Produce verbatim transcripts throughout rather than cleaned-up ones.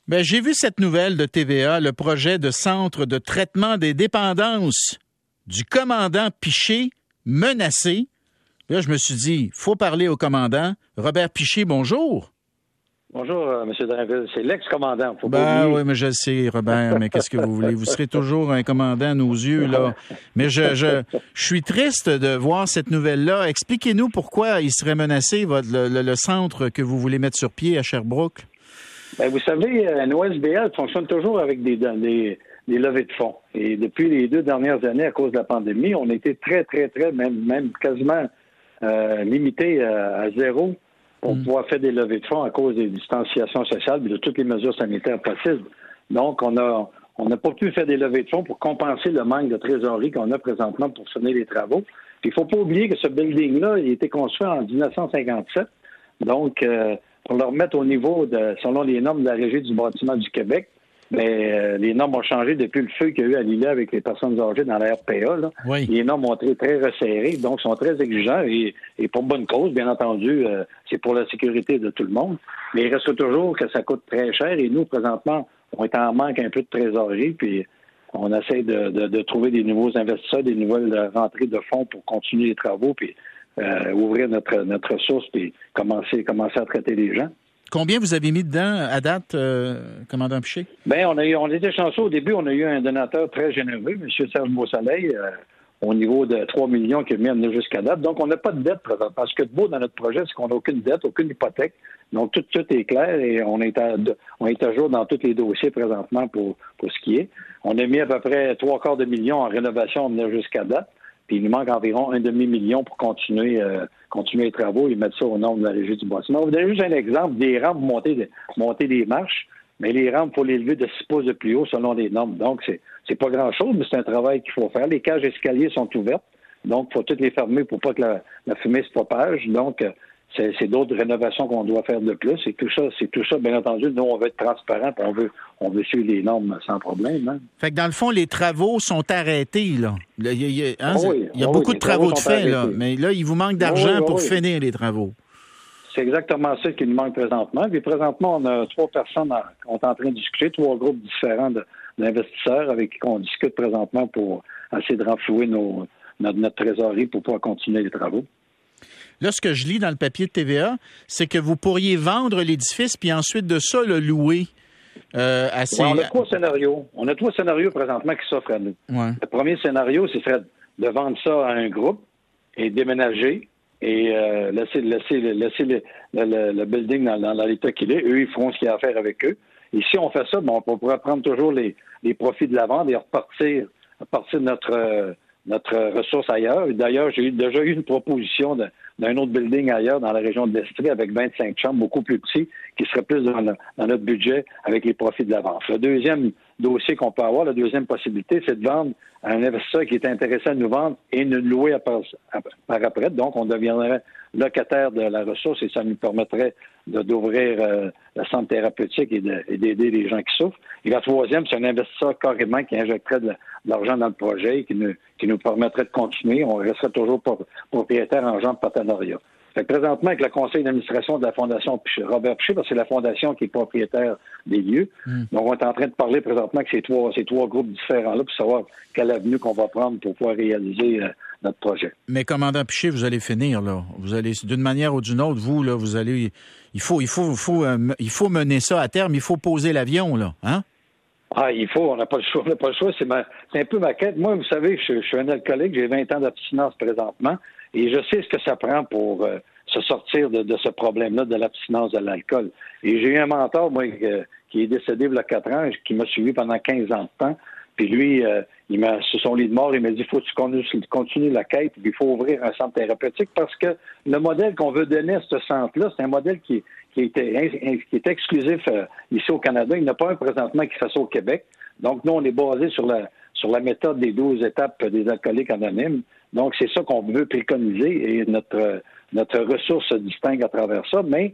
Ben, j'ai vu cette nouvelle de T V A, le projet de centre de traitement des dépendances du commandant Piché menacé. Là, je me suis dit, faut parler au commandant. Robert Piché, bonjour. Bonjour, euh, M. Drainville. C'est l'ex-commandant. Faut Ben pas oui, mais je le sais, Robert, mais qu'est-ce que vous voulez? Vous serez toujours un commandant à nos yeux, là. Mais je, je, je suis triste de voir cette nouvelle-là. Expliquez-nous pourquoi il serait menacé, votre, le, le, le centre que vous voulez mettre sur pied à Sherbrooke. Ben, vous savez, une O S B L fonctionne toujours avec des, des, des levées de fonds. Et depuis les deux dernières années, à cause de la pandémie, on a été très, très, très, même, même quasiment euh, limité à, à zéro pour mm. pouvoir faire des levées de fonds à cause des distanciations sociales et de toutes les mesures sanitaires possibles. Donc, on a on n'a pas pu faire des levées de fonds pour compenser le manque de trésorerie qu'on a présentement pour finir les travaux. Puis, il ne faut pas oublier que ce building-là, il a été construit en dix-neuf cent cinquante-sept. Donc, euh, pour le remettre au niveau, de, selon les normes de la Régie du bâtiment du Québec, mais euh, les normes ont changé depuis le feu qu'il y a eu à Lillet avec les personnes âgées dans la R P A. Là. Oui. Les normes ont été très resserrées, donc sont très exigeants et, et pour bonne cause, bien entendu, euh, c'est pour la sécurité de tout le monde. Mais il reste toujours que ça coûte très cher et nous, présentement, on est en manque un peu de trésorerie, puis on essaie de, de, de trouver des nouveaux investisseurs, des nouvelles rentrées de fonds pour continuer les travaux, puis Euh, ouvrir notre, notre ressource et commencer, commencer à traiter les gens. Combien vous avez mis dedans à date, euh, commandant Piché? Bien, on a eu, on était chanceux au début. On a eu un donateur très généreux, M. Serge Beausoleil, euh, au niveau de trois millions qui a mis à nous jusqu'à date. Donc, on n'a pas de dette présentement. Ce qui est beau dans notre projet, c'est qu'on n'a aucune dette, aucune hypothèque. Donc, tout, tout est clair et on est, à, on est à jour dans tous les dossiers présentement pour, pour ce qui est. On a mis à peu près trois quarts de million en rénovation jusqu'à date. Puis il nous manque environ un demi-million pour continuer euh, continuer les travaux et mettre ça au nom de la Régie du bâtiment. Vous donner juste un exemple, des rampes pour monter, monter des marches, mais les rampes, il faut les lever de six pouces de plus haut selon les normes. Donc, c'est c'est pas grand-chose, mais c'est un travail qu'il faut faire. Les cages escaliers sont ouvertes, donc il faut toutes les fermer pour pas que la, la fumée se propage. Donc, c'est, c'est d'autres rénovations qu'on doit faire de plus. Et tout ça, c'est tout ça, bien entendu, nous, on veut être transparent, on veut, on veut suivre les normes sans problème. Hein. Fait que dans le fond, les travaux sont arrêtés, là. Il y a, il y a, hein, oh oui, il y a oh beaucoup oui, de travaux, travaux de fait, là. Mais là, il vous manque d'argent oh oui, oh pour oui. finir les travaux. C'est exactement ça qui nous manque présentement. Puis présentement, on a trois personnes qui sont en train de discuter, trois groupes différents de, d'investisseurs avec qui on discute présentement pour essayer de renflouer nos, notre, notre trésorerie pour pouvoir continuer les travaux. Là, ce que je lis dans le papier de T V A, c'est que vous pourriez vendre l'édifice puis ensuite de ça, le louer. Euh, à ces... ouais, on a trois scénarios. On a trois scénarios présentement qui s'offrent à nous. Ouais. Le premier scénario, ce serait de vendre ça à un groupe et déménager et euh, laisser, laisser, laisser le, le, le building dans, dans l'état qu'il est. Eux, ils feront ce qu'il y a à faire avec eux. Et si on fait ça, bon, on pourra prendre toujours les, les profits de la vente et repartir, repartir de notre, euh, notre ressource ailleurs. D'ailleurs, j'ai eu, déjà eu une proposition de, d'un autre building ailleurs dans la région de l'Estrie avec vingt-cinq chambres, beaucoup plus petits, qui serait plus dans, le, dans notre budget avec les profits de la vente. Le deuxième dossier qu'on peut avoir, la deuxième possibilité, c'est de vendre à un investisseur qui est intéressé à nous vendre et nous louer à par, à, par après. Donc, on deviendrait locataire de la ressource et ça nous permettrait de, d'ouvrir euh, le centre thérapeutique et, de, et d'aider les gens qui souffrent. Et la troisième, c'est un investisseur carrément qui injecterait de, de l'argent dans le projet et qui nous, qui nous permettrait de continuer. On resterait toujours propriétaire en genre de partenariat. Fait que présentement, avec le conseil d'administration de la Fondation Robert Piché, parce que c'est la Fondation qui est propriétaire des lieux. Mm. Donc, on est en train de parler présentement avec ces trois, ces trois groupes différents-là pour savoir quelle avenue qu'on va prendre pour pouvoir réaliser euh, notre projet. Mais, commandant Piché, vous allez finir, là. Vous allez, d'une manière ou d'une autre, vous, là, vous allez... Il faut, il faut, il faut, euh, il faut mener ça à terme. Il faut poser l'avion, là. Hein? Ah, il faut. On n'a pas le choix. On n'a pas le choix. C'est, ma, c'est un peu ma quête. Moi, vous savez, je, je suis un alcoolique. J'ai vingt ans d'abstinence présentement. Et je sais ce que ça prend pour euh, se sortir de, de ce problème-là, de l'abstinence de l'alcool. Et j'ai eu un mentor, moi, euh, qui est décédé il y a quatre ans, qui m'a suivi pendant quinze ans de temps. Puis lui, euh, il m'a, sur son lit de mort, il m'a dit, il faut que tu continues, continues la quête, puis il faut ouvrir un centre thérapeutique parce que le modèle qu'on veut donner à ce centre-là, c'est un modèle qui, qui, était, qui est exclusif euh, ici au Canada. Il n'y en a pas un présentement qui fait ça au Québec. Donc, nous, on est basé sur la, sur la méthode des douze étapes des alcooliques anonymes. Donc, c'est ça qu'on veut préconiser et notre, notre ressource se distingue à travers ça. Mais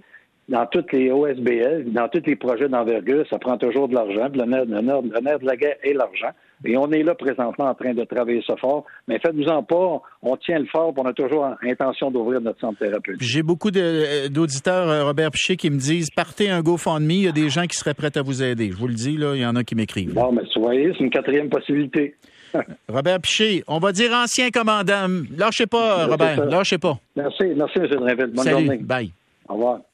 dans toutes les O S B L, dans tous les projets d'envergure, ça prend toujours de l'argent. Le nerf, le nerf, le nerf de la guerre est l'argent. Et on est là présentement en train de travailler ça fort. Mais faites-vous-en pas, on tient le fort, puis on a toujours intention d'ouvrir notre centre thérapeutique. J'ai beaucoup de, d'auditeurs, Robert Piché, qui me disent, partez un GoFundMe, il y a des gens qui seraient prêts à vous aider. Je vous le dis, là, il y en a qui m'écrivent. Bon, mais vous voyez, c'est une quatrième possibilité. Robert Piché, on va dire ancien commandant. Lâchez pas, Robert, lâchez pas. Merci, merci, M. Drainville. Bonne Salut, journée. bye. Au revoir.